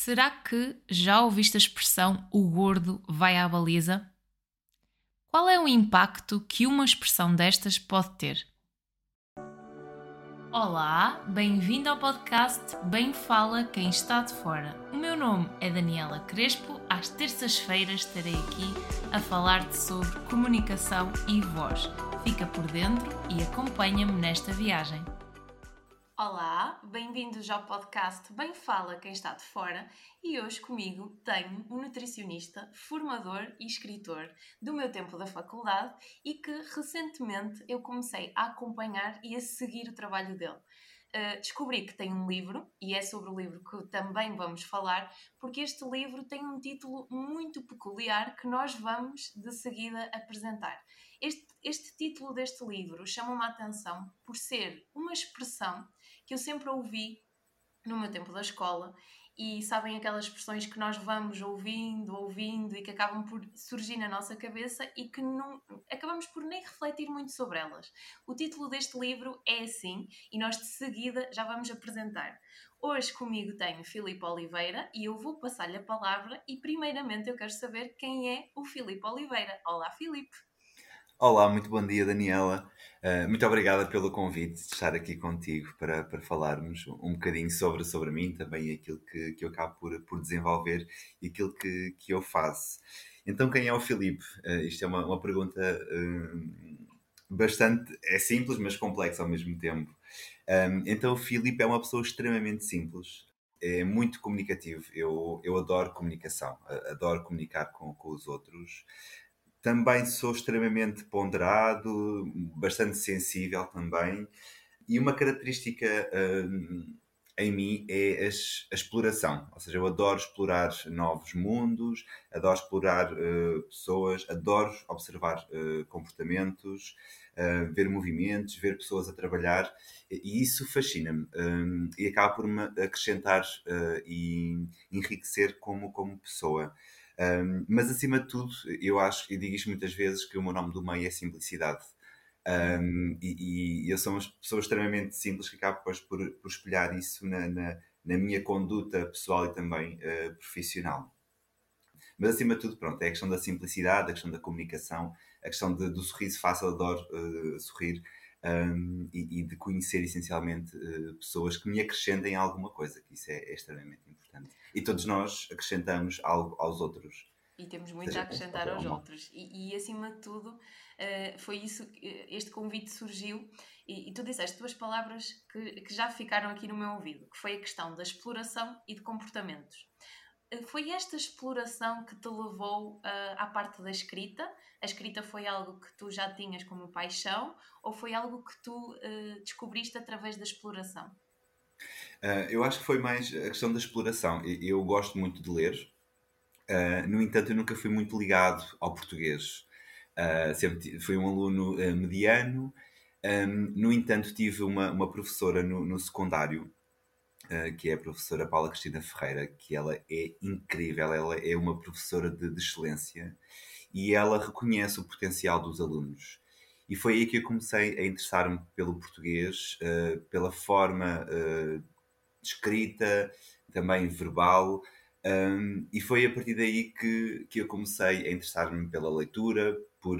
Será que já ouviste a expressão "o gordo vai à baliza"? Qual é o impacto que uma expressão destas pode ter? Olá, bem-vindo ao podcast Bem Fala Quem Está de Fora. O meu nome é Daniela Crespo. Às terças-feiras estarei aqui a falar-te sobre comunicação e voz. Fica por dentro e acompanha-me nesta viagem. Olá, bem-vindos ao podcast Bem Fala Quem Está de Fora e hoje comigo tenho um nutricionista, formador e escritor do meu tempo da faculdade e que recentemente eu comecei a acompanhar e a seguir o trabalho dele. Descobri que tem um livro e é sobre o livro que também vamos falar, porque este livro tem um título muito peculiar que nós vamos de seguida apresentar. Este título deste livro chama-me a atenção por ser uma expressão que eu sempre ouvi no meu tempo da escola e sabem aquelas expressões que nós vamos ouvindo e que acabam por surgir na nossa cabeça e que não acabamos por nem refletir muito sobre elas. O título deste livro é assim e nós de seguida já vamos apresentar. Hoje comigo tenho Filipe Oliveira e eu vou passar-lhe a palavra e primeiramente eu quero saber quem é o Filipe Oliveira. Olá, Filipe! Olá, muito bom dia, Daniela. Muito obrigada pelo convite de estar aqui contigo para falarmos um bocadinho sobre mim, também aquilo que eu acabo por desenvolver e aquilo que eu faço. Então, quem é o Filipe? Isto é uma pergunta bastante... É simples, mas complexa ao mesmo tempo. Então, o Filipe é uma pessoa extremamente simples. É muito comunicativo. Eu adoro comunicação. Adoro comunicar com os outros. Também sou extremamente ponderado, bastante sensível também. E uma característica em mim é a exploração. Ou seja, eu adoro explorar novos mundos, adoro explorar pessoas, adoro observar comportamentos, ver movimentos, ver pessoas a trabalhar. E isso fascina-me. E acaba por me acrescentar e enriquecer como pessoa. Mas acima de tudo, eu acho, e digo isto muitas vezes, que o meu nome do meio é simplicidade. E eu sou uma pessoa extremamente simples que acabo depois por espelhar isso na minha conduta pessoal e também profissional. Mas acima de tudo, pronto, é a questão da simplicidade, a questão da comunicação, a questão do sorriso fácil, adoro sorrir, e de conhecer essencialmente pessoas que me acrescentem alguma coisa, que isso é extremamente importante. E todos nós acrescentamos algo aos outros. E temos muito a Seja acrescentar aos outros. E acima de tudo, foi isso que este convite surgiu. E tu disseste duas palavras que já ficaram aqui no meu ouvido, que foi a questão da exploração e de comportamentos. Foi esta exploração que te levou à parte da escrita? A escrita foi algo que tu já tinhas como paixão ou foi algo que tu descobriste através da exploração? Eu acho que foi mais a questão da exploração. Eu gosto muito de ler, no entanto, eu nunca fui muito ligado ao português. Sempre fui um aluno mediano. No entanto, tive uma professora no secundário, que é a professora Paula Cristina Ferreira, que ela é incrível, ela é uma professora de excelência e ela reconhece o potencial dos alunos. E foi aí que eu comecei a interessar-me pelo português, pela forma de escrita, também verbal, e foi a partir daí que eu comecei a interessar-me pela leitura,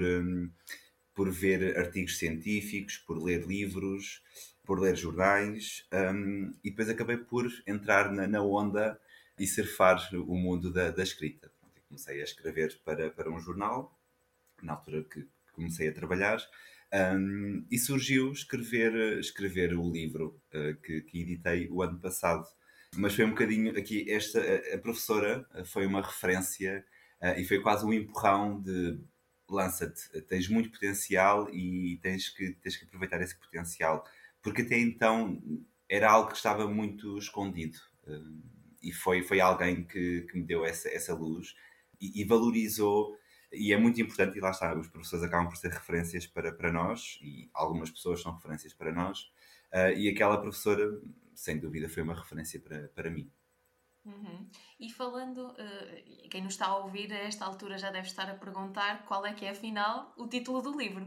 por ver artigos científicos, por ler livros, por ler jornais, e depois acabei por entrar na onda e surfar o mundo da escrita. Pronto, comecei a escrever para um jornal, na altura que comecei a trabalhar, e surgiu escrever o livro que editei o ano passado. Mas foi um bocadinho aqui, a professora foi uma referência e foi quase um empurrão de lança-te, tens muito potencial e tens que aproveitar esse potencial. Porque até então era algo que estava muito escondido. E foi alguém que me deu essa luz e valorizou. E é muito importante, e lá está, os professores acabam por ser referências para nós, e algumas pessoas são referências para nós, e aquela professora, sem dúvida, foi uma referência para mim. Uhum. E falando, quem nos está a ouvir a esta altura já deve estar a perguntar qual é que é afinal o título do livro.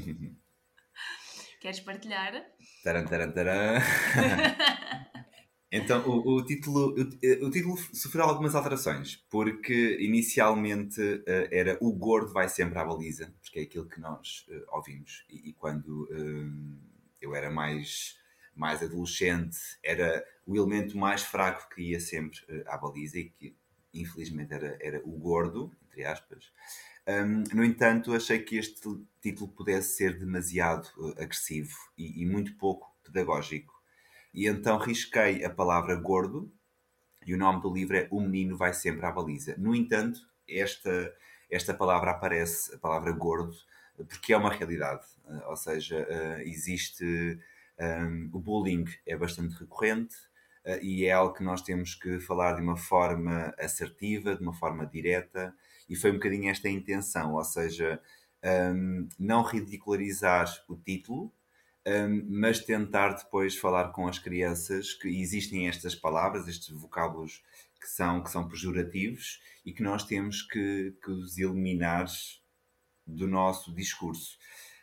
Queres partilhar? Taran, taran, taran. Então, o título sofreu algumas alterações, porque inicialmente era O Gordo Vai Sempre à Baliza, porque é aquilo que nós ouvimos. E quando eu era mais adolescente, era o elemento mais fraco que ia sempre à baliza e que, infelizmente, era o gordo, entre aspas. No entanto, achei que este título pudesse ser demasiado agressivo e muito pouco pedagógico. E então risquei a palavra gordo e o nome do livro é O Menino Vai Sempre à Baliza. No entanto, esta palavra aparece, a palavra gordo, porque é uma realidade. Ou seja, existe. O bullying é bastante recorrente e é algo que nós temos que falar de uma forma assertiva, de uma forma direta, e foi um bocadinho esta a intenção, ou seja, não ridicularizar o título, mas tentar depois falar com as crianças que existem estas palavras, estes vocábulos que são pejorativos e que nós temos que os eliminar do nosso discurso.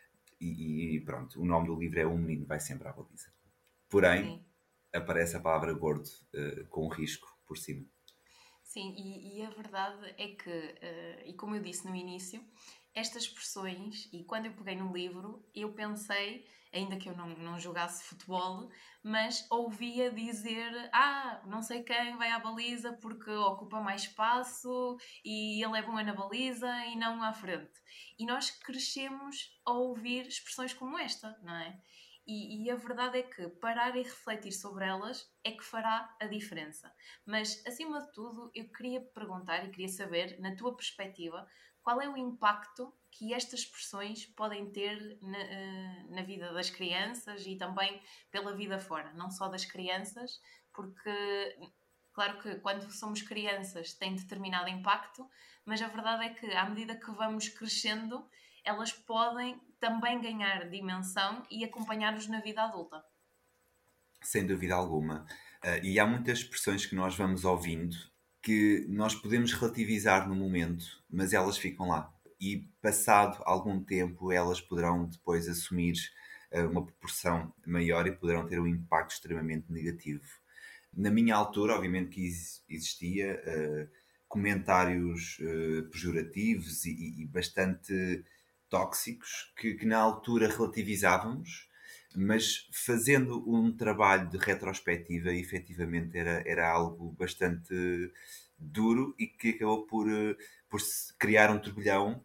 E pronto, o nome do livro é Um Menino Vai Sempre à Baliza. Porém, Sim. aparece a palavra gordo com um risco por cima. Sim, e a verdade é que, e como eu disse no início, estas expressões, e quando eu peguei no livro, eu pensei, ainda que eu não jogasse futebol, mas ouvia dizer: não sei quem vai à baliza porque ocupa mais espaço e ele é bom na baliza e não à frente. E nós crescemos a ouvir expressões como esta, não é? E a verdade é que parar e refletir sobre elas é que fará a diferença. Mas, acima de tudo, eu queria perguntar e queria saber, na tua perspectiva, qual é o impacto que estas expressões podem ter na vida das crianças e também pela vida fora, não só das crianças, porque, claro que quando somos crianças tem determinado impacto, mas a verdade é que à medida que vamos crescendo, elas podem também ganhar dimensão e acompanhar-nos na vida adulta. Sem dúvida alguma. E há muitas expressões que nós vamos ouvindo que nós podemos relativizar no momento, mas elas ficam lá. E passado algum tempo, elas poderão depois assumir uma proporção maior e poderão ter um impacto extremamente negativo. Na minha altura, obviamente que existia comentários pejorativos e bastante tóxicos que na altura relativizávamos, mas fazendo um trabalho de retrospectiva, efetivamente era algo bastante duro e que acabou por criar um turbilhão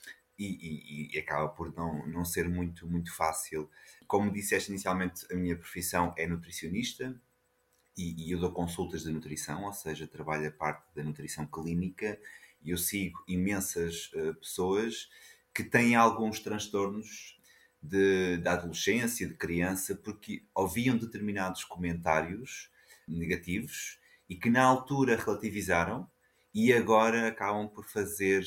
e acaba por não ser muito fácil. Como disseste inicialmente, a minha profissão é nutricionista e eu dou consultas de nutrição, ou seja, trabalho a parte da nutrição clínica e eu sigo imensas pessoas que têm alguns transtornos da adolescência, de criança, porque ouviam determinados comentários negativos e que na altura relativizaram e agora acabam por fazer.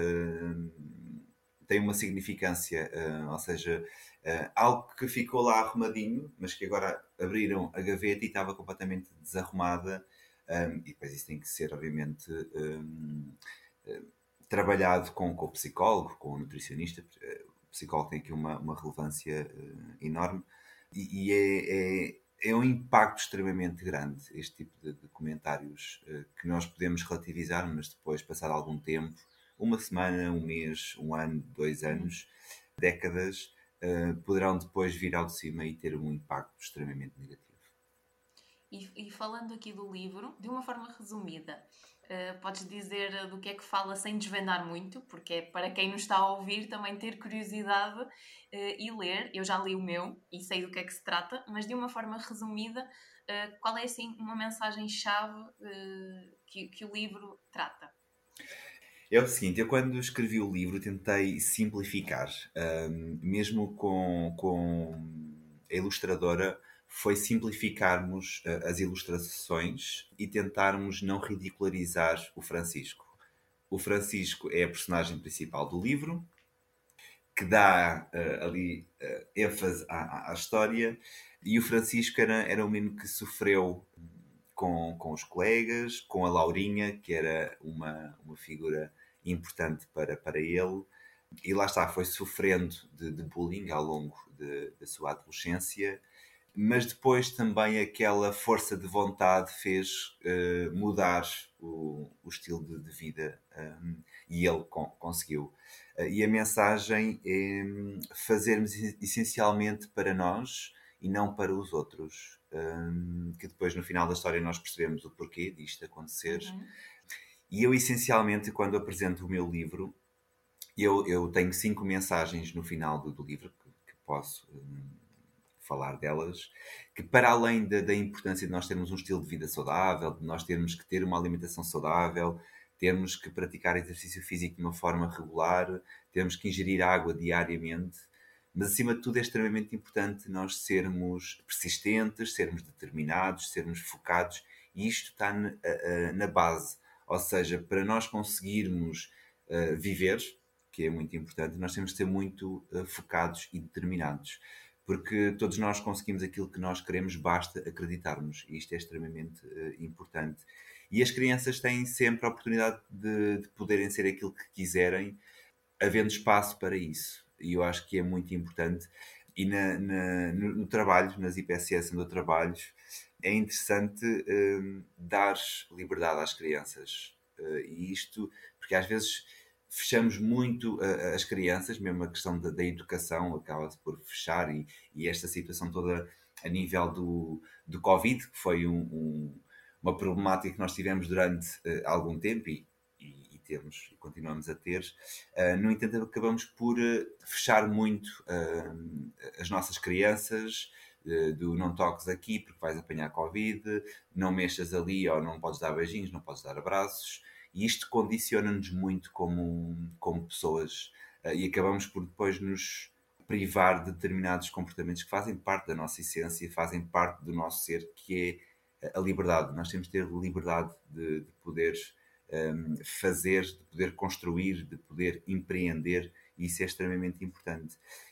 Tem uma significância, ou seja, algo que ficou lá arrumadinho, mas que agora abriram a gaveta e estava completamente desarrumada. E depois isso tem que ser, obviamente, trabalhado com o psicólogo, com o nutricionista. O psicólogo tem aqui uma relevância enorme e é um impacto extremamente grande este tipo de comentários que nós podemos relativizar, mas depois, passado algum tempo, uma semana, um mês, um ano, 2 anos, décadas, poderão depois vir ao de cima e ter um impacto extremamente negativo. E falando aqui do livro, de uma forma resumida, podes dizer do que é que fala sem desvendar muito, porque é para quem nos está a ouvir também ter curiosidade e ler. Eu já li o meu e sei do que é que se trata, mas de uma forma resumida, qual é assim uma mensagem-chave que o livro trata? É o seguinte, eu quando escrevi o livro tentei simplificar, mesmo com a ilustradora, foi simplificarmos as ilustrações e tentarmos não ridicularizar o Francisco. O Francisco é a personagem principal do livro, que dá ali ênfase à história, e o Francisco era um menino que sofreu com os colegas, com a Laurinha, que era uma figura importante para ele, e lá está, foi sofrendo de bullying ao longo da sua adolescência mas depois também aquela força de vontade fez mudar o estilo de vida, e ele conseguiu. E a mensagem é fazermos essencialmente para nós e não para os outros. Que depois, no final da história, nós percebemos o porquê disto acontecer. Uhum. E eu, essencialmente, quando apresento o meu livro, eu tenho 5 mensagens no final do livro que posso falar delas, que para além da importância de nós termos um estilo de vida saudável, de nós termos que ter uma alimentação saudável, termos que praticar exercício físico de uma forma regular, temos que ingerir água diariamente, mas acima de tudo é extremamente importante nós sermos persistentes, sermos determinados, sermos focados, e isto está na base. Ou seja, para nós conseguirmos viver, que é muito importante, nós temos de ser muito focados e determinados, porque todos nós conseguimos aquilo que nós queremos, basta acreditarmos, e isto é extremamente importante. E as crianças têm sempre a oportunidade de poderem ser aquilo que quiserem, havendo espaço para isso. E eu acho que é muito importante. E no trabalho, nas IPSS onde eu trabalho, é interessante dar liberdade às crianças. E isto, porque às vezes fechamos muito as crianças, mesmo a questão da educação acaba-se por fechar, e esta situação toda a nível do Covid, que foi uma problemática que nós tivemos durante algum tempo, e temos e continuamos a ter. No entanto, acabamos por fechar muito as nossas crianças, do não toques aqui porque vais apanhar Covid, não mexas ali ou não podes dar beijinhos, não podes dar abraços, e isto condiciona-nos muito como pessoas, e acabamos por depois nos privar de determinados comportamentos que fazem parte da nossa essência, fazem parte do nosso ser, que é a liberdade. Nós temos de ter liberdade de poder fazer, de poder construir, de poder empreender, e isso é extremamente importante.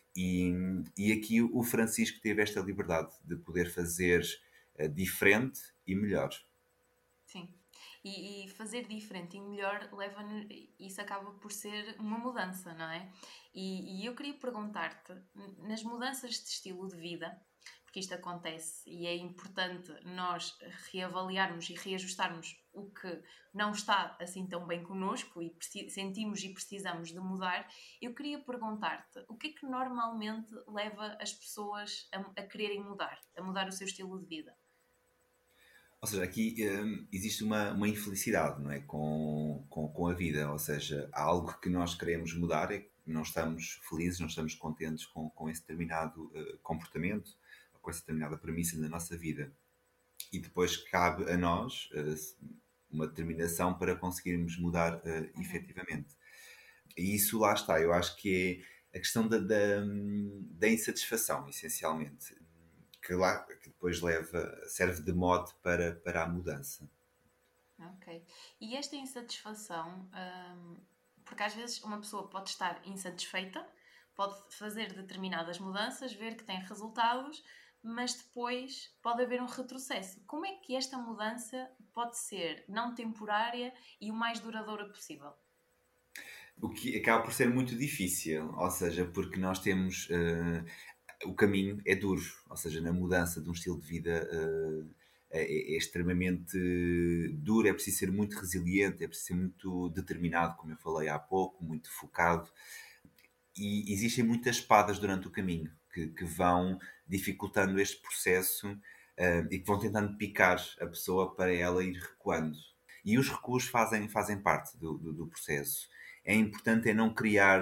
E aqui o Francisco teve esta liberdade de poder fazer diferente e melhor. Sim. E fazer diferente e melhor leva-nos. Isso acaba por ser uma mudança, não é? E eu queria perguntar-te, nas mudanças de estilo de vida, porque isto acontece e é importante nós reavaliarmos e reajustarmos o que não está assim tão bem connosco e sentimos e precisamos de mudar, eu queria perguntar-te o que é que normalmente leva as pessoas a quererem mudar, a mudar o seu estilo de vida? Ou seja, aqui existe uma infelicidade, não é? Com a vida. Ou seja, há algo que nós queremos mudar, é que não estamos felizes, não estamos contentes com esse determinado comportamento, com essa determinada premissa na nossa vida. E depois cabe a nós uma determinação para conseguirmos mudar Uhum. efetivamente. E isso lá está, eu acho que é a questão da insatisfação, essencialmente, que depois serve de mote para a mudança. Ok. E esta insatisfação, porque às vezes uma pessoa pode estar insatisfeita, pode fazer determinadas mudanças, ver que tem resultados, mas depois pode haver um retrocesso. Como é que esta mudança pode ser não temporária e o mais duradoura possível? O que acaba por ser muito difícil, ou seja, porque nós temos. O caminho é duro, ou seja, na mudança de um estilo de vida é extremamente duro, é preciso ser muito resiliente, é preciso ser muito determinado, como eu falei há pouco, muito focado. E existem muitas espadas durante o caminho que vão dificultando este processo e que vão tentando picar a pessoa para ela ir recuando. E os recuos fazem parte do processo. É importante é não criar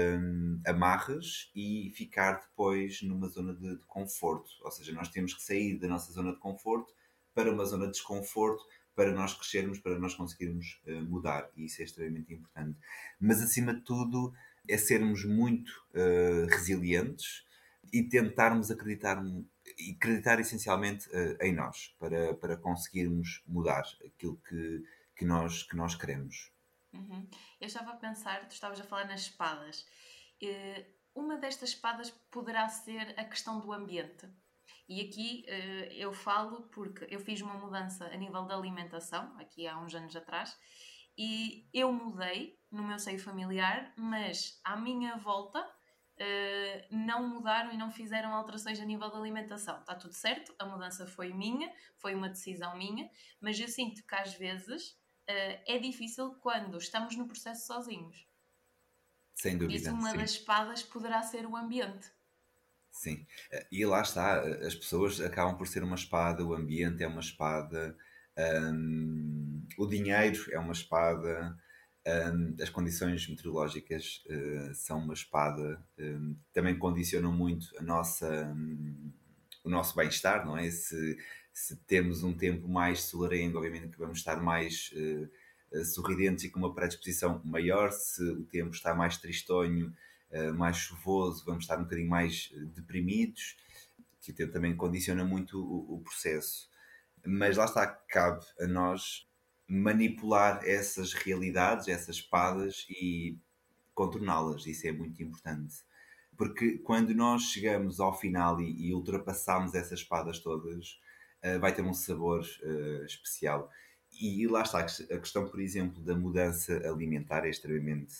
amarras e ficar depois numa zona de conforto. Ou seja, nós temos que sair da nossa zona de conforto para uma zona de desconforto, para nós crescermos, para nós conseguirmos mudar. E isso é extremamente importante. Mas, acima de tudo, é sermos muito resilientes e tentarmos acreditar essencialmente em nós para conseguirmos mudar aquilo que nós queremos. Uhum. Eu estava a pensar, tu estavas a falar nas espadas. Uma destas espadas poderá ser a questão do ambiente. E aqui eu falo porque eu fiz uma mudança a nível da alimentação, aqui há uns anos atrás, e eu mudei no meu seio familiar, mas à minha volta não mudaram e não fizeram alterações a nível da alimentação. Está tudo certo, a mudança foi minha, foi uma decisão minha, mas eu sinto que às vezes é difícil quando estamos no processo sozinhos. Sem Por isso, dúvida, uma sim. das espadas poderá ser o ambiente. Sim. E lá está, as pessoas acabam por ser uma espada, o ambiente é uma espada, o dinheiro é uma espada, as condições meteorológicas são uma espada, também condicionam muito o nosso bem-estar, não é? Se temos um tempo mais solarengo, obviamente que vamos estar mais sorridentes e com uma predisposição maior. Se o tempo está mais tristonho, mais chuvoso, vamos estar um bocadinho mais deprimidos, que o tempo também condiciona muito o processo. Mas lá está, cabe a nós manipular essas realidades, essas espadas e contorná-las. Isso é muito importante. Porque quando nós chegamos ao final e ultrapassamos essas espadas todas, vai ter um sabor especial. E lá está, a questão, por exemplo, da mudança alimentar é extremamente.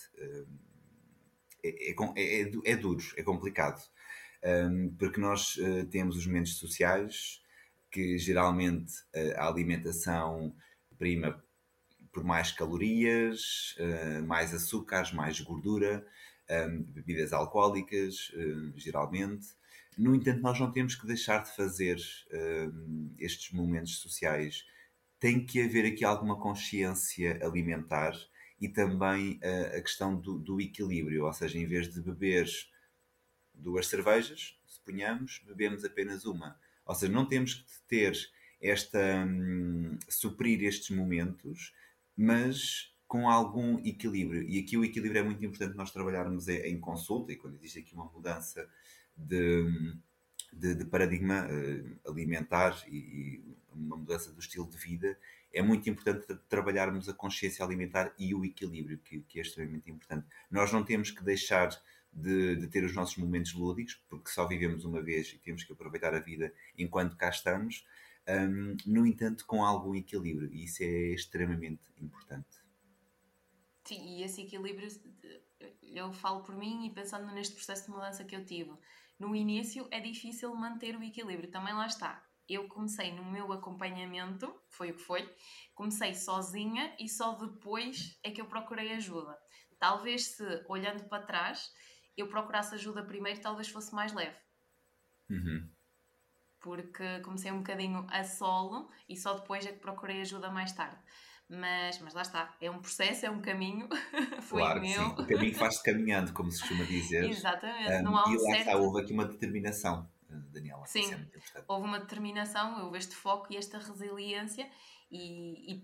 É duro, é complicado. Porque nós temos os momentos sociais que geralmente a alimentação prima por mais calorias, mais açúcares, mais gordura, bebidas alcoólicas, geralmente. No entanto, nós não temos que deixar de fazer estes momentos sociais. Tem que haver aqui alguma consciência alimentar e também a questão do equilíbrio, ou seja, em vez de beber duas cervejas, suponhamos, bebemos apenas uma. Ou seja, não temos que ter suprir estes momentos, mas com algum equilíbrio. E aqui o equilíbrio é muito importante nós trabalharmos em consulta, e quando existe aqui uma mudança de, de paradigma alimentar e uma mudança do estilo de vida, é muito importante trabalharmos a consciência alimentar e o equilíbrio, que é extremamente importante. Nós não temos que deixar de ter os nossos momentos lúdicos, porque só vivemos uma vez e temos que aproveitar a vida enquanto cá estamos, no entanto, com algum equilíbrio, e isso é extremamente importante. Sim, e esse equilíbrio, eu falo por mim e pensando neste processo de mudança que eu tive. No início é difícil manter o equilíbrio, também lá está. Eu comecei no meu acompanhamento, foi o que foi, comecei sozinha e só depois é que eu procurei ajuda. Talvez se, olhando para trás, eu procurasse ajuda primeiro, talvez fosse mais leve. Uhum. Porque comecei um bocadinho a solo e só depois é que procurei ajuda mais tarde. Mas lá está, é um processo, é um caminho, foi Claro que meu. sim. O caminho faz-se caminhando, como se costuma dizer. Exatamente, não há E um lá está, certo. houve aqui uma determinação, Daniela, que isso é Sim, muito importante. houve uma determinação, houve este foco e esta resiliência e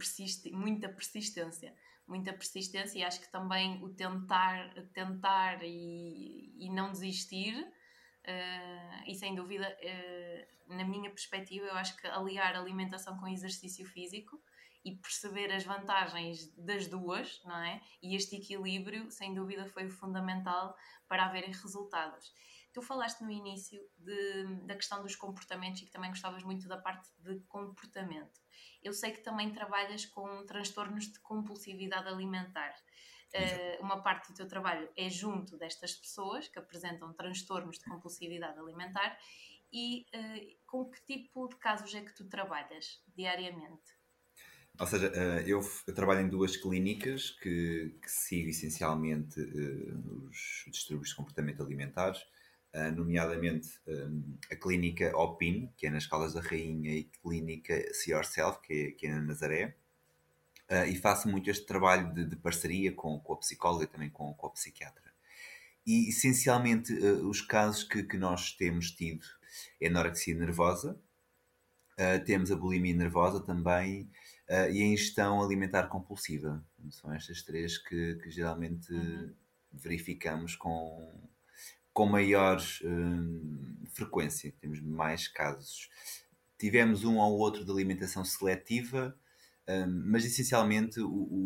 muita persistência e acho que também o tentar e não desistir. E sem dúvida, na minha perspectiva, eu acho que aliar alimentação com exercício físico e perceber as vantagens das duas, não é? E este equilíbrio, sem dúvida, foi fundamental para haverem resultados. Tu falaste no início da questão dos comportamentos e que também gostavas muito da parte de comportamento. Eu sei que também trabalhas com transtornos de compulsividade alimentar. Exato. Uma parte do teu trabalho é junto destas pessoas que apresentam transtornos de compulsividade alimentar e com que tipo de casos é que tu trabalhas diariamente? Ou seja, eu trabalho em duas clínicas que sigo essencialmente os distúrbios de comportamento alimentar, nomeadamente a clínica OPIN, que é nas Caldas da Rainha, e a clínica See Yourself, que é na Nazaré. E faço muito este trabalho de parceria com a psicóloga e também com a psiquiatra. E essencialmente os casos que nós temos tido é a anorexia nervosa, temos a bulimia nervosa também e a ingestão alimentar compulsiva. São estas três que geralmente Uhum. verificamos com maior frequência. Temos mais casos. Tivemos um ou outro de alimentação seletiva, mas essencialmente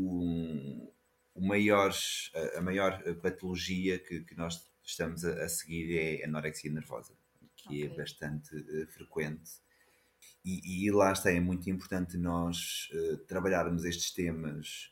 o maior, a maior patologia que nós estamos a seguir é a anorexia nervosa, que Ok. é bastante frequente. E lá está, é muito importante nós trabalharmos estes temas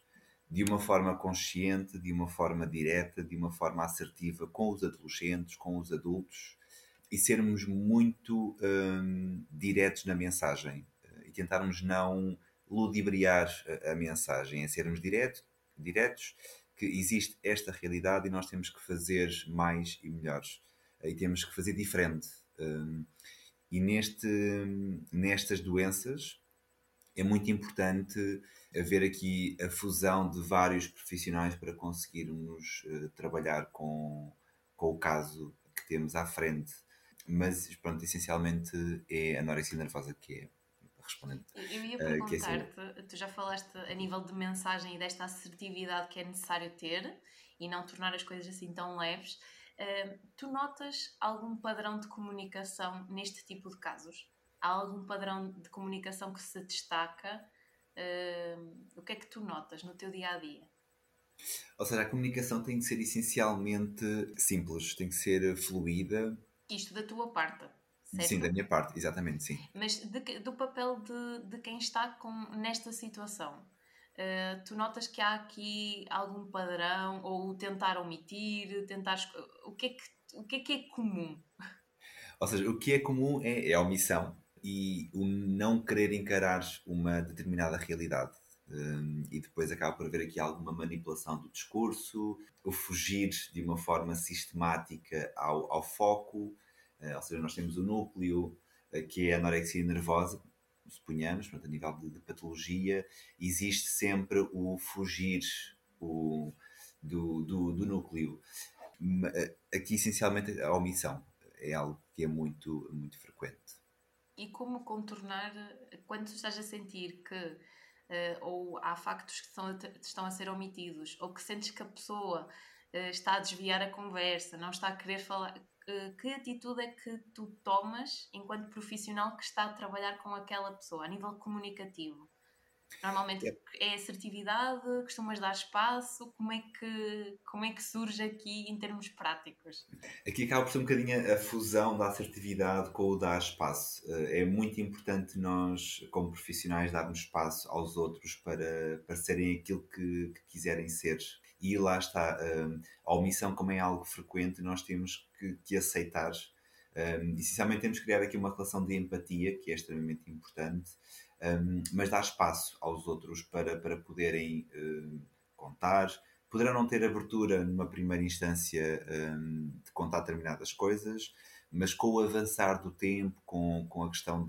de uma forma consciente, de uma forma direta, de uma forma assertiva com os adolescentes, com os adultos e sermos muito diretos na mensagem e tentarmos não ludibriar a mensagem, é sermos diretos, que existe esta realidade e nós temos que fazer mais e melhores e temos que fazer diferente. E nestas doenças é muito importante haver aqui a fusão de vários profissionais para conseguirmos trabalhar com o caso que temos à frente. Mas, pronto, essencialmente é a anorexia nervosa que é respondendo. Eu ia Que é assim, perguntar-te, tu já falaste a nível de mensagem e desta assertividade que é necessário ter e não tornar as coisas assim tão leves. Tu notas algum padrão de comunicação neste tipo de casos? Há algum padrão de comunicação que se destaca? O que é que tu notas no teu dia a dia? ou seja, a comunicação tem que ser essencialmente simples, tem que ser fluida. Isto da tua parte, Sim, certo? da minha parte, exatamente, sim. Mas do papel de quem está nesta situação, tu notas que há aqui algum padrão ou tentar omitir, o que é comum? Ou seja, o que é comum é a omissão e o não querer encarar uma determinada realidade. E depois acaba por haver aqui alguma manipulação do discurso, o fugir de uma forma sistemática ao foco. Ou seja, nós temos o núcleo, que é a anorexia nervosa, suponhamos, portanto, a nível de patologia, existe sempre o fugir do núcleo. Aqui, essencialmente, a omissão é algo que é muito, muito frequente. E como contornar quando tu estás a sentir que ou há factos que estão a ser omitidos ou que sentes que a pessoa está a desviar a conversa, não está a querer falar. Que atitude é que tu tomas enquanto profissional que está a trabalhar com aquela pessoa, a nível comunicativo? Normalmente É, é assertividade, costumas dar espaço, como é que surge aqui em termos práticos? aqui acaba por ser um bocadinho a fusão da assertividade com o dar espaço. É muito importante nós, como profissionais, darmos espaço aos outros para serem aquilo que quiserem ser. E lá está, a omissão, como é algo frequente, nós temos que aceitar. Essencialmente, temos que criar aqui uma relação de empatia, que é extremamente importante, mas dar espaço aos outros para poderem contar. Poderão não ter abertura numa primeira instância de contar determinadas coisas, mas com o avançar do tempo, com a questão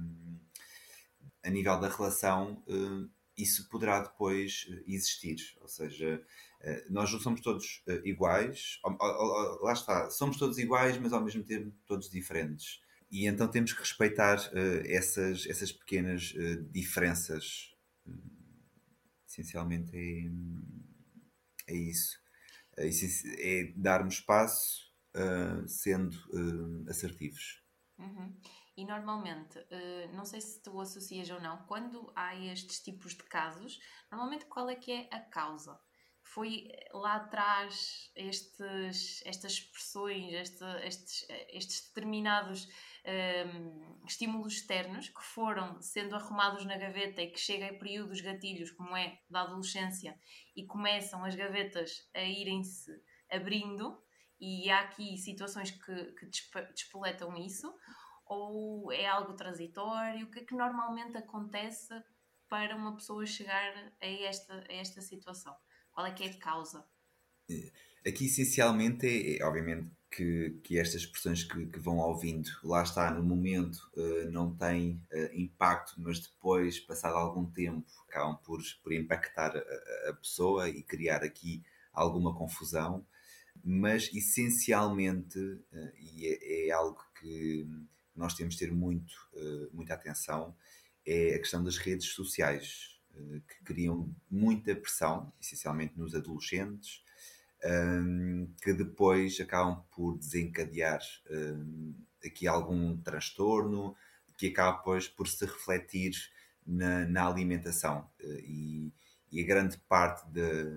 a nível da relação, isso poderá depois existir. Ou seja, nós não somos todos iguais, lá está, somos todos iguais, mas ao mesmo tempo todos diferentes. E então temos que respeitar essas pequenas diferenças. Essencialmente é isso. É darmos espaço sendo assertivos. Uhum. E normalmente, não sei se tu associas ou não, quando há estes tipos de casos, normalmente qual é que é a causa? Foi lá atrás estas expressões, estes determinados estímulos externos que foram sendo arrumados na gaveta e que chega a períodos gatilhos, como é da adolescência, e começam as gavetas a irem-se abrindo, e há aqui situações que despoletam isso, ou é algo transitório? O que é que normalmente acontece para uma pessoa chegar a esta situação? Qual é que é a causa? Aqui, essencialmente, obviamente que estas expressões que vão ouvindo, lá está, no momento não têm impacto, mas depois, passado algum tempo, acabam por impactar a pessoa e criar aqui alguma confusão. Mas, essencialmente, e é algo que nós temos de ter muita atenção, é a questão das redes sociais, que criam muita pressão, essencialmente nos adolescentes, que depois acabam por desencadear aqui algum transtorno que acaba depois por se refletir na alimentação. E a grande parte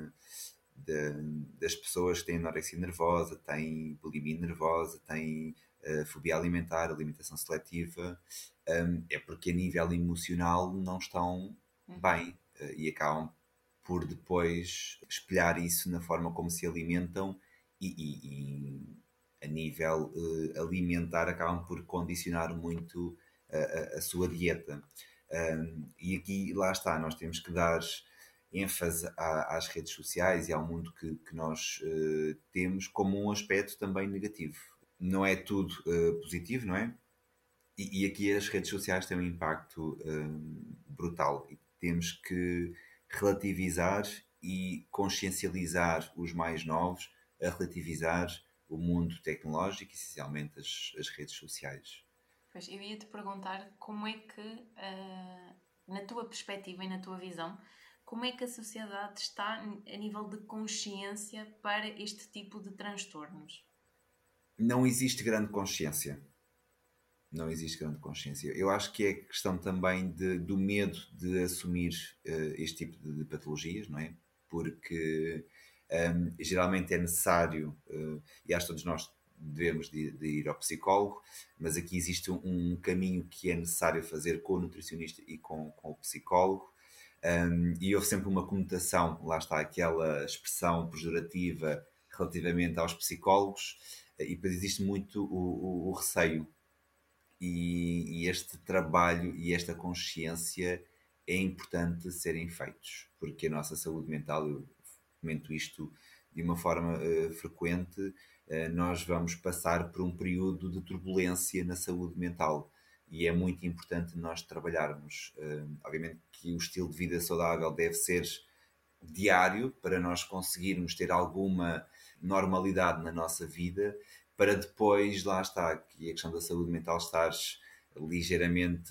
das pessoas que têm anorexia nervosa, têm bulimia nervosa, têm fobia alimentar, alimentação seletiva, é porque a nível emocional não estão Uhum. bem e acabam por depois espelhar isso na forma como se alimentam e a nível alimentar acabam por condicionar muito a sua dieta. E aqui, lá está, nós temos que dar ênfase às redes sociais e ao mundo que nós temos como um aspecto também negativo. Não é tudo positivo, não é? E aqui as redes sociais têm um impacto brutal e temos que relativizar e consciencializar os mais novos a relativizar o mundo tecnológico, essencialmente as redes sociais. Pois, eu ia te perguntar como é que, na tua perspectiva e na tua visão, como é que a sociedade está a nível de consciência para este tipo de transtornos? Não existe grande consciência. Não existe grande consciência. Eu acho que é questão também do medo de assumir este tipo de patologias, não é? Porque geralmente é necessário, e acho que todos nós devemos de ir ao psicólogo, mas aqui existe um caminho que é necessário fazer com o nutricionista e com o psicólogo. E houve sempre uma conotação, lá está aquela expressão pejorativa relativamente aos psicólogos, e depois existe muito o receio e este trabalho e esta consciência é importante serem feitos, porque a nossa saúde mental, eu comento isto de uma forma frequente, nós vamos passar por um período de turbulência na saúde mental e é muito importante nós trabalharmos. Obviamente que o estilo de vida saudável deve ser diário para nós conseguirmos ter alguma normalidade na nossa vida, para depois, lá está, que a questão da saúde mental estar ligeiramente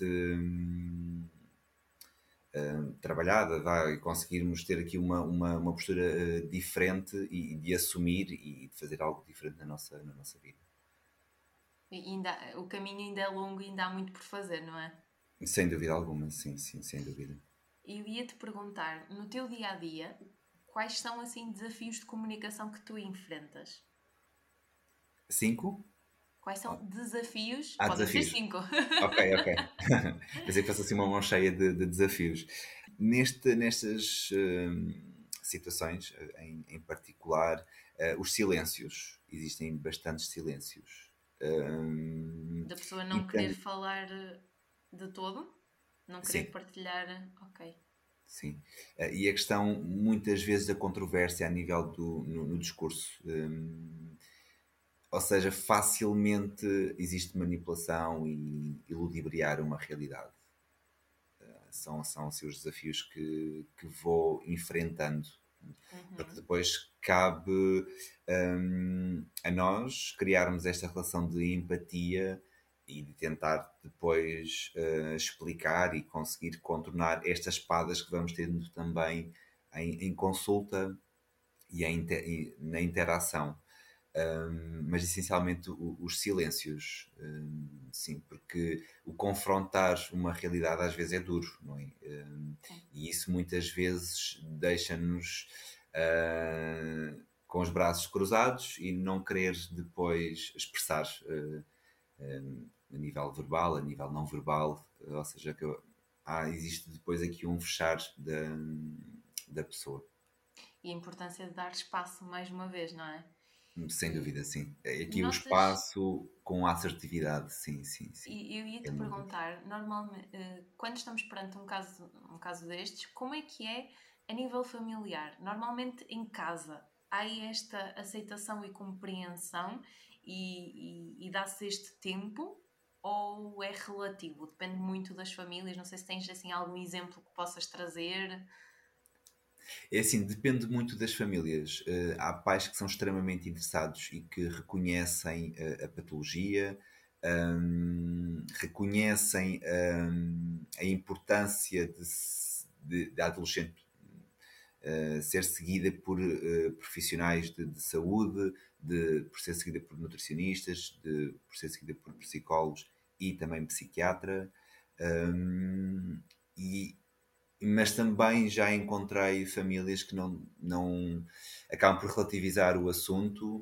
trabalhada, e conseguirmos ter aqui uma postura diferente e de assumir e de fazer algo diferente na nossa vida. E ainda, o caminho ainda é longo e ainda há muito por fazer, não é? Sem dúvida alguma, sim, sim, sem dúvida. Eu ia-te perguntar, no teu dia-a-dia, quais são, assim, desafios de comunicação que tu enfrentas? 5? Quais são desafios? Há Podem ser desafios. 5. Ok, ok. Pensei que fosse assim uma mão cheia de desafios. Nestas situações, em particular, os silêncios. Existem bastantes silêncios. Da pessoa E não querer tem, falar de todo? Não querer sim, partilhar? Ok. sim. E a questão, muitas vezes, da controvérsia a nível no discurso. Ou seja, facilmente existe manipulação e ludibriar uma realidade. São assim, os desafios que vou enfrentando. Porque Uhum. depois cabe a nós criarmos esta relação de empatia e de tentar depois explicar e conseguir contornar estas espadas que vamos tendo também em consulta e na interação. Mas essencialmente os silêncios, sim, porque o confrontar uma realidade às vezes é duro, não é? Sim. E isso muitas vezes deixa-nos com os braços cruzados e não querer depois expressar a nível verbal, a nível não verbal, ou seja, existe depois aqui um fechar da pessoa. E a importância de dar espaço mais uma vez, não é? Sem E dúvida, sim. Aqui o notas, espaço com assertividade, sim, sim, sim. e eu ia-te Sem dúvida. perguntar, normalmente, quando estamos perante um caso destes, como é que é a nível familiar? Normalmente em casa há esta aceitação e compreensão e dá-se este tempo ou é relativo? Depende muito das famílias. Não sei se tens assim algum exemplo que possas trazer. É assim, depende muito das famílias. Há pais que são extremamente interessados e que reconhecem a patologia, reconhecem a importância de a adolescente ser seguida por profissionais de saúde, por ser seguida por nutricionistas, por ser seguida por psicólogos e também psiquiatra. Um, e, mas também já encontrei famílias que não acabam por relativizar o assunto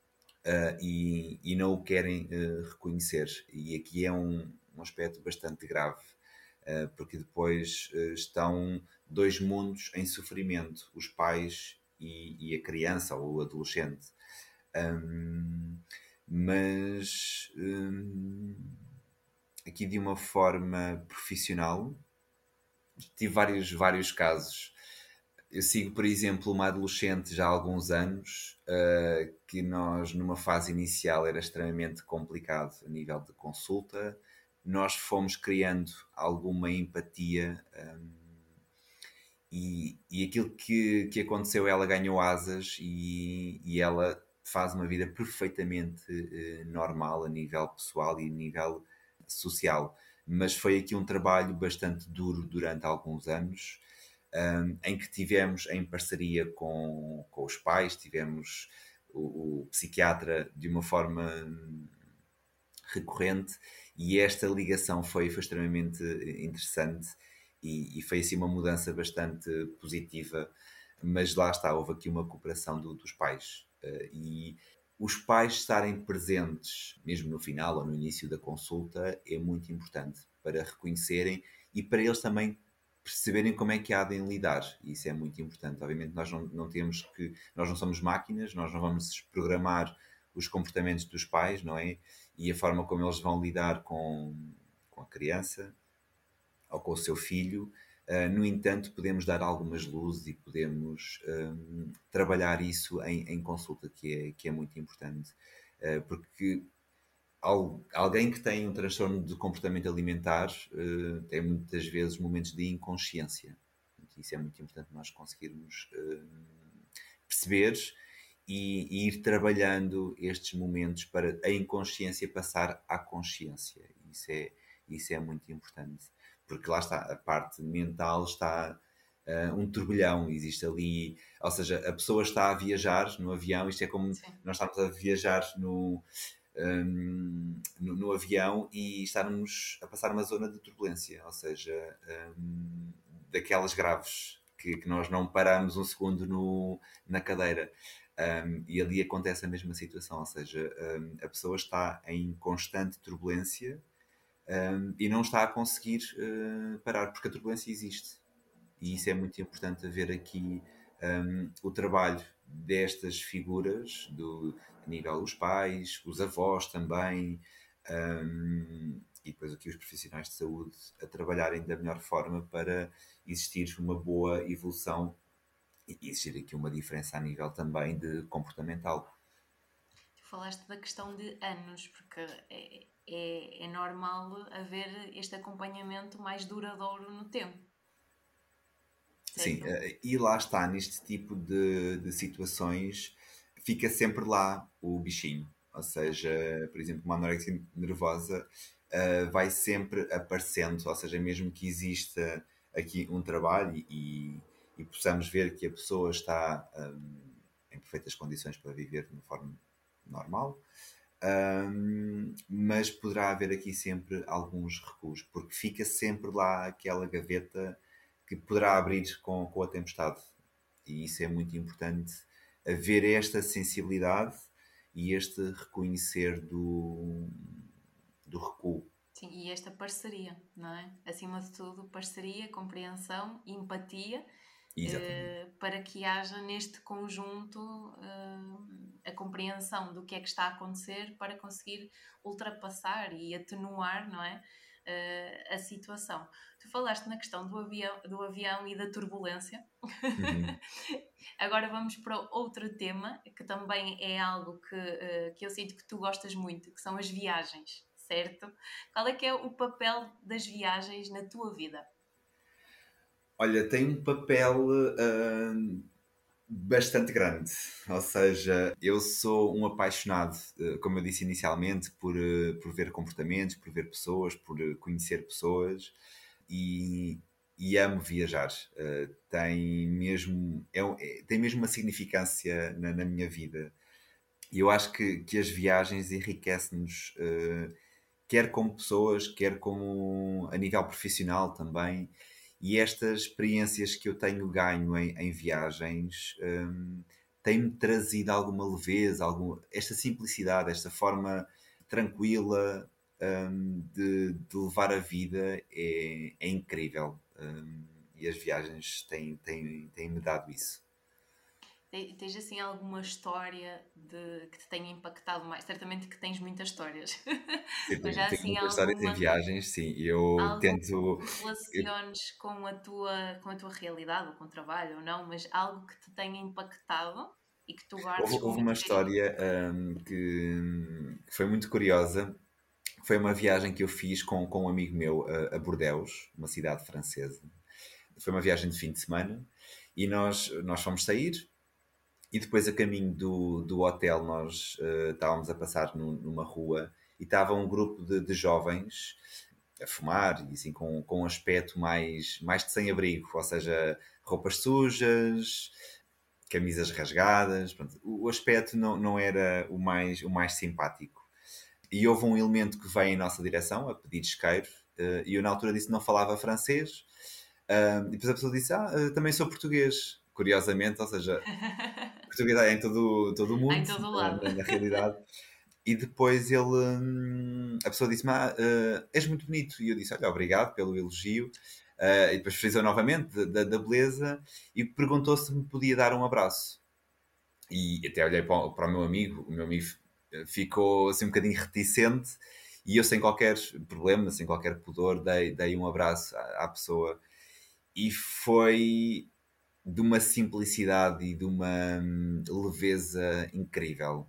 e não o querem reconhecer. E aqui é um aspecto bastante grave, porque depois estão dois mundos em sofrimento, os pais e a criança ou o adolescente. Hum, mas aqui de uma forma profissional, tive vários casos. Eu sigo, por exemplo, uma adolescente já há alguns anos, que nós, numa fase inicial, era extremamente complicado a nível de consulta. Nós fomos criando alguma empatia, e aquilo que aconteceu, ela ganhou asas e ela faz uma vida perfeitamente normal a nível pessoal e a nível social. Mas foi aqui um trabalho bastante duro durante alguns anos, em que tivemos em parceria com os pais, tivemos o psiquiatra de uma forma recorrente, e esta ligação foi extremamente interessante e foi assim uma mudança bastante positiva, mas lá está, houve aqui uma cooperação dos pais, e os pais estarem presentes, mesmo no final ou no início da consulta, é muito importante para reconhecerem e para eles também perceberem como é que há de lidar. Isso é muito importante. Obviamente nós não temos que, nós não somos máquinas, nós não vamos programar os comportamentos dos pais, não é? E a forma como eles vão lidar com a criança ou com o seu filho. No entanto, podemos dar algumas luzes e podemos trabalhar isso em consulta, que é muito importante. Porque alguém que tem um transtorno de comportamento alimentar tem muitas vezes momentos de inconsciência. Isso é muito importante nós conseguirmos perceber e ir trabalhando estes momentos para a inconsciência passar à consciência. Isso é muito importante, porque lá está, a parte mental está um turbilhão, existe ali, ou seja, a pessoa está a viajar no avião, isto é como Sim. nós estamos a viajar no avião e estarmos a passar uma zona de turbulência, ou seja, daquelas graves que nós não paramos um segundo na cadeira. E ali acontece a mesma situação, ou seja, a pessoa está em constante turbulência, e não está a conseguir parar, porque a turbulência existe. E isso é muito importante haver aqui o trabalho destas figuras, a nível dos pais, os avós também, e depois aqui os profissionais de saúde a trabalharem da melhor forma para existir uma boa evolução e existir aqui uma diferença a nível também de comportamental. Tu falaste da questão de anos, porque é normal haver este acompanhamento mais duradouro no tempo, Sim, certo? e lá está, neste tipo de situações, fica sempre lá o bichinho. Ou seja, Ok. por exemplo, uma anorexia nervosa vai sempre aparecendo, ou seja, mesmo que exista aqui um trabalho e possamos ver que a pessoa está em perfeitas condições para viver de uma forma normal, mas poderá haver aqui sempre alguns recuos, porque fica sempre lá aquela gaveta que poderá abrir com a tempestade. E isso é muito importante, haver esta sensibilidade e este reconhecer do recuo. Sim, e esta parceria, não é? Acima de tudo, parceria, compreensão, empatia, Exatamente. para que haja neste conjunto a compreensão do que é que está a acontecer para conseguir ultrapassar e atenuar, não é? A situação. Tu falaste na questão do avião e da turbulência. Uhum. Agora vamos para outro tema que também é algo que eu sinto que tu gostas muito, que são as viagens, certo? Qual é que é o papel das viagens na tua vida? Olha, tem um papel bastante grande. Ou seja, eu sou um apaixonado, como eu disse inicialmente, por ver comportamentos, por ver pessoas, por conhecer pessoas e, e amo viajar. Tem mesmo uma significância na minha vida. E eu acho que as viagens enriquecem-nos, quer como pessoas, quer como a nível profissional também. E estas experiências que eu tenho ganho em viagens têm-me trazido alguma leveza, esta simplicidade, esta forma tranquila de levar a vida é incrível. e as viagens têm-me dado isso. Tens assim alguma história que te tenha impactado mais? Certamente que tens muitas histórias, Sim, mas já tenho assim muitas histórias em alguma, viagens, sim. Eu algo tento. que relaciones com a tua realidade, ou com o trabalho ou não, mas algo que te tenha impactado e que tu Houve, guardes com houve uma muito carinho. história que foi muito curiosa. Foi uma viagem que eu fiz com um amigo meu a Bordeaux, uma cidade francesa. Foi uma viagem de fim de semana e nós fomos sair e depois a caminho do hotel nós estávamos a passar numa rua e estava um grupo de jovens a fumar e assim com um aspecto mais de sem-abrigo, ou seja, roupas sujas, camisas rasgadas, pronto. O aspecto não era o mais simpático. E houve um elemento que veio em nossa direção a pedir isqueiro e eu na altura disse que não falava francês e depois a pessoa disse, também sou português, curiosamente, ou seja, português é em todo o Há em mundo, todo o lado. na realidade. E depois a pessoa disse-me, és muito bonito. E eu disse, olha, obrigado pelo elogio. E depois frisou novamente da beleza e perguntou se me podia dar um abraço. E até olhei para o meu amigo ficou assim um bocadinho reticente e eu sem qualquer problema, sem qualquer pudor, dei um abraço à pessoa. E foi de uma simplicidade e de uma leveza incrível.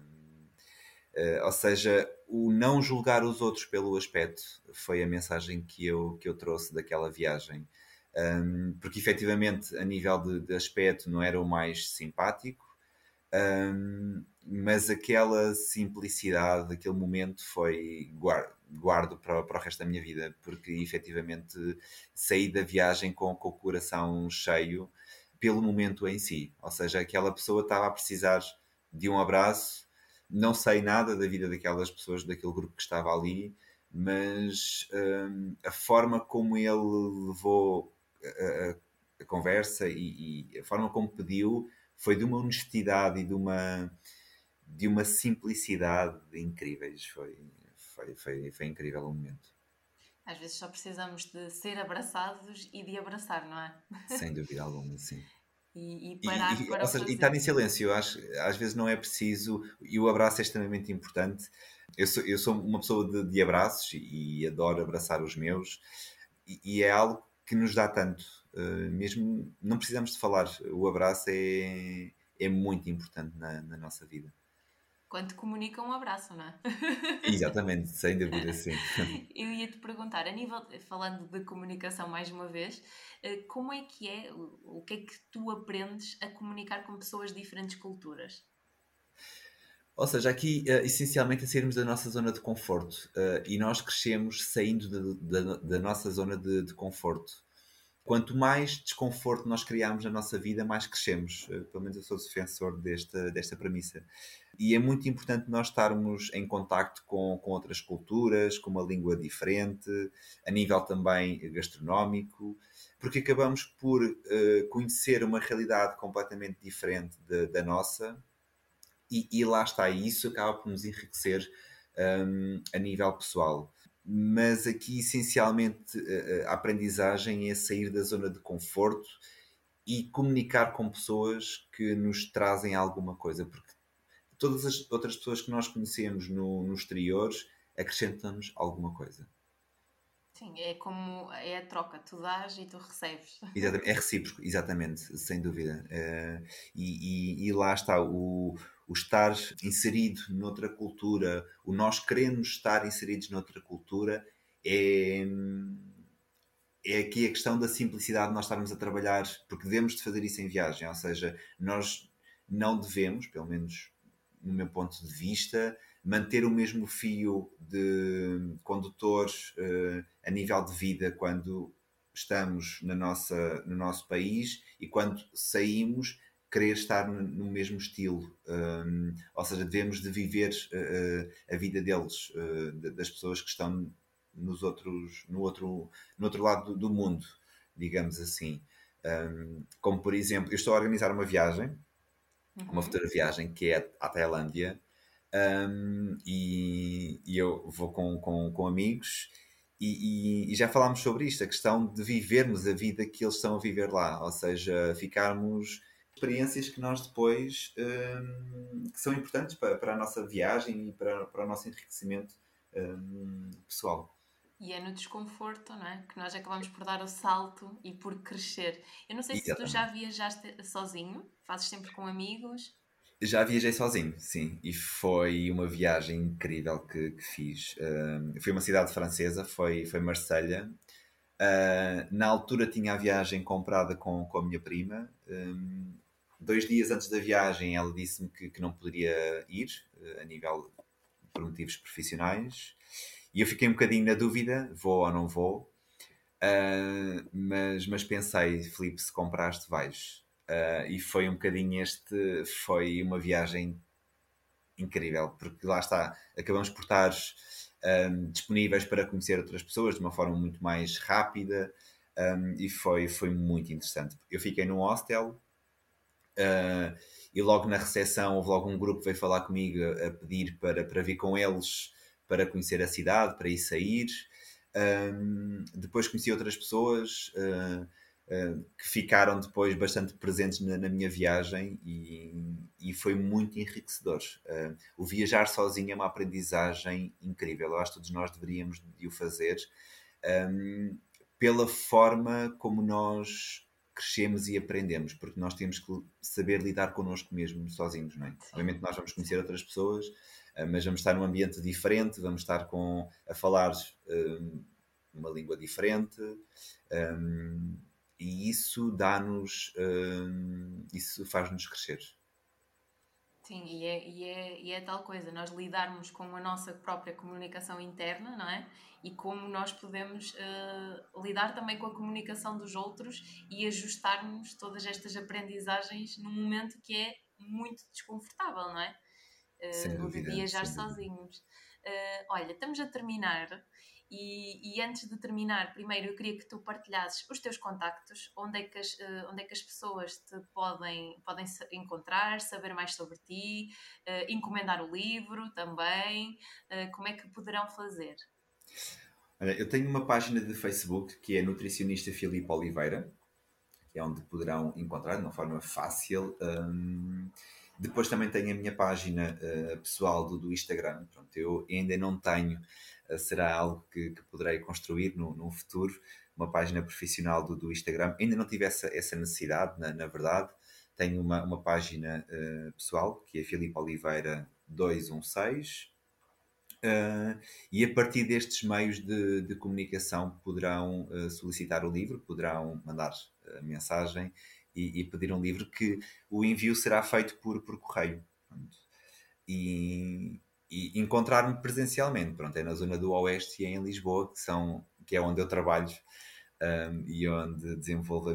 Ou seja, o não julgar os outros pelo aspecto foi a mensagem que eu trouxe daquela viagem. Porque efetivamente, a nível de aspecto, não era o mais simpático, mas aquela simplicidade, aquele momento foi guardo para o resto da minha vida, porque efetivamente saí da viagem com o coração cheio pelo momento em si. Ou seja, aquela pessoa estava a precisar de um abraço. Não sei nada da vida daquelas pessoas, daquele grupo que estava ali, mas a forma como ele levou a conversa e a forma como pediu foi de uma honestidade e de uma simplicidade incríveis. Foi incrível o momento. Às vezes só precisamos de ser abraçados e de abraçar, não é? Sem dúvida alguma, sim. E parar Ou para o seja, e fazer. estar em silêncio, eu acho, às vezes não é preciso, e o abraço é extremamente importante. Eu sou uma pessoa de abraços e adoro abraçar os meus, e é algo que nos dá tanto. Mesmo não precisamos de falar, o abraço é muito importante na nossa vida. Quando comunicam, um abraço, não é? Exatamente, sem dúvida, sim. Eu ia te perguntar, falando de comunicação mais uma vez, como é, o que é que tu aprendes a comunicar com pessoas de diferentes culturas? Ou seja, aqui essencialmente é sairmos da nossa zona de conforto e nós crescemos saindo da nossa zona de conforto. Quanto mais desconforto nós criarmos na nossa vida, mais crescemos. Pelo menos eu sou defensor desta premissa. E é muito importante nós estarmos em contacto com outras culturas, com uma língua diferente, a nível também gastronómico, porque acabamos por conhecer uma realidade completamente diferente da nossa e lá está, e isso acaba por nos enriquecer a nível pessoal. Mas aqui, essencialmente, a aprendizagem é sair da zona de conforto e comunicar com pessoas que nos trazem alguma coisa, porque todas as outras pessoas que nós conhecemos no exterior acrescentam-nos alguma coisa. Sim, é como é a troca, tu dás e tu recebes. Exatamente, é recíproco, exatamente, sem dúvida. E lá está, o estar inserido noutra cultura, o nós queremos estar inseridos noutra cultura, é, é aqui a questão da simplicidade de nós estarmos a trabalhar, porque devemos de fazer isso em viagem, ou seja, nós não devemos, pelo menos no meu ponto de vista, manter o mesmo fio de condutor a nível de vida quando estamos no nosso país e quando saímos querer estar no mesmo estilo. Ou seja, devemos de viver a vida deles, das pessoas que estão no outro lado do mundo, digamos assim. Como por exemplo, eu estou a organizar uma Uhum. futura viagem que é à Tailândia, e eu vou com amigos E já falámos sobre isto, a questão de vivermos a vida que eles estão a viver lá, ou seja, ficarmos experiências que nós depois que são importantes para a nossa viagem e para o nosso enriquecimento pessoal. E é no desconforto, não é? Que nós acabamos por dar o salto e por crescer. Eu não sei se tu já Exatamente. viajaste sozinho, fazes sempre com amigos. Já viajei sozinho, sim, e foi uma viagem incrível que fiz. Foi uma cidade francesa, foi Marselha. Na altura tinha a viagem comprada com a minha prima. 2 dias antes da viagem ela disse-me que não poderia ir, a nível por motivos profissionais. E eu fiquei um bocadinho na dúvida, vou ou não vou. Mas pensei, Filipe, se compraste, vais. E foi um bocadinho foi uma viagem incrível, porque lá está, acabamos por estar disponíveis para conhecer outras pessoas de uma forma muito mais rápida, e foi muito interessante. Eu fiquei num hostel, e logo na recepção houve logo um grupo que veio falar comigo a pedir para vir com eles para conhecer a cidade, para ir sair. Depois conheci outras pessoas que ficaram depois bastante presentes na minha viagem, e foi muito enriquecedor. O viajar sozinho é uma aprendizagem incrível. Eu acho que todos nós deveríamos de o fazer, pela forma como nós crescemos e aprendemos, porque nós temos que saber lidar connosco mesmo sozinhos, não é? Sim. Obviamente nós vamos conhecer outras pessoas, mas vamos estar num ambiente diferente, vamos estar a falar uma língua diferente, e isso dá-nos, isso faz-nos crescer. Sim, e é tal coisa, nós lidarmos com a nossa própria comunicação interna, não é? E como nós podemos lidar também com a comunicação dos outros e ajustarmos todas estas aprendizagens num momento que é muito desconfortável, não é? Sem O de dúvida, viajar sem dúvida. sozinhos. Olha, estamos a terminar e antes de terminar, primeiro eu queria que tu partilhasses os teus contactos, onde é que as pessoas te podem encontrar, saber mais sobre ti, encomendar o livro também, como é que poderão fazer? Olha, eu tenho uma página de Facebook que é Nutricionista Filipe Oliveira, que é onde poderão encontrar de uma forma fácil. Depois também tenho a minha página pessoal do Instagram. Pronto, eu ainda não tenho, será algo que poderei construir no futuro, uma página profissional do Instagram. Ainda não tive essa necessidade, na verdade. Tenho uma página pessoal, que é Filipe Oliveira 216. E a partir destes meios de comunicação poderão solicitar o livro, poderão mandar mensagem e pedir um livro, que o envio será feito por correio. Pronto. E encontrar-me presencialmente, pronto, é na zona do Oeste e é em Lisboa, que é onde eu trabalho, e onde desenvolvo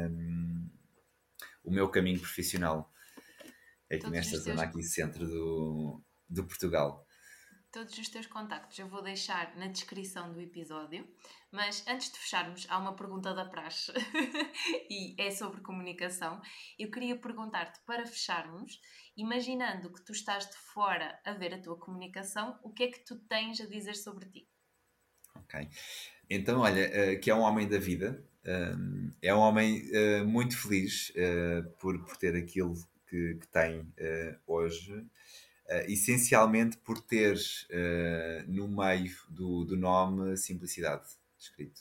o meu caminho profissional. É aqui nesta zona, aqui centro do Portugal. Todos os teus contactos eu vou deixar na descrição do episódio, mas antes de fecharmos, há uma pergunta da praxe e é sobre comunicação. Eu queria perguntar-te, para fecharmos, imaginando que tu estás de fora a ver a tua comunicação, o que é que tu tens a dizer sobre ti? Ok. Então, olha, que é um homem da vida, é um homem muito feliz por ter aquilo que tem hoje. Essencialmente por ter no meio do nome simplicidade escrito,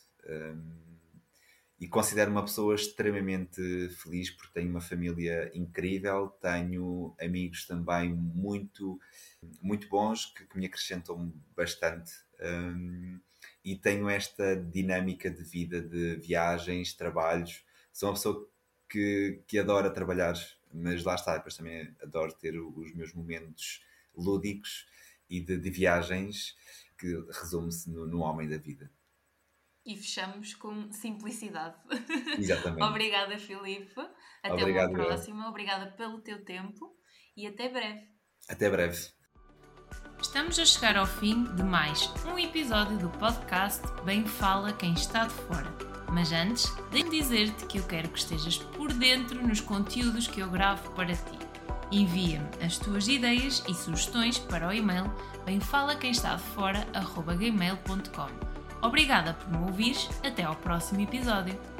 e considero uma pessoa extremamente feliz porque tenho uma família incrível, tenho amigos também muito, muito bons que me acrescentam bastante, e tenho esta dinâmica de vida, de viagens, trabalhos. Sou uma pessoa que adora trabalhar, mas lá está, depois também adoro ter os meus momentos lúdicos e de viagens, que resume-se no homem da vida. E fechamos com simplicidade. Exatamente. Obrigada, Filipe. Até Obrigado, uma próxima. Obrigada pelo teu tempo e até breve. Até breve. Estamos a chegar ao fim de mais um episódio do podcast Bem Fala Quem Está de Fora. Mas antes, deixe-me dizer-te que eu quero que estejas por dentro nos conteúdos que eu gravo para ti. Envia-me as tuas ideias e sugestões para o e-mail bemfalaquemestadefora@gmail.com Obrigada por me ouvires, até ao próximo episódio.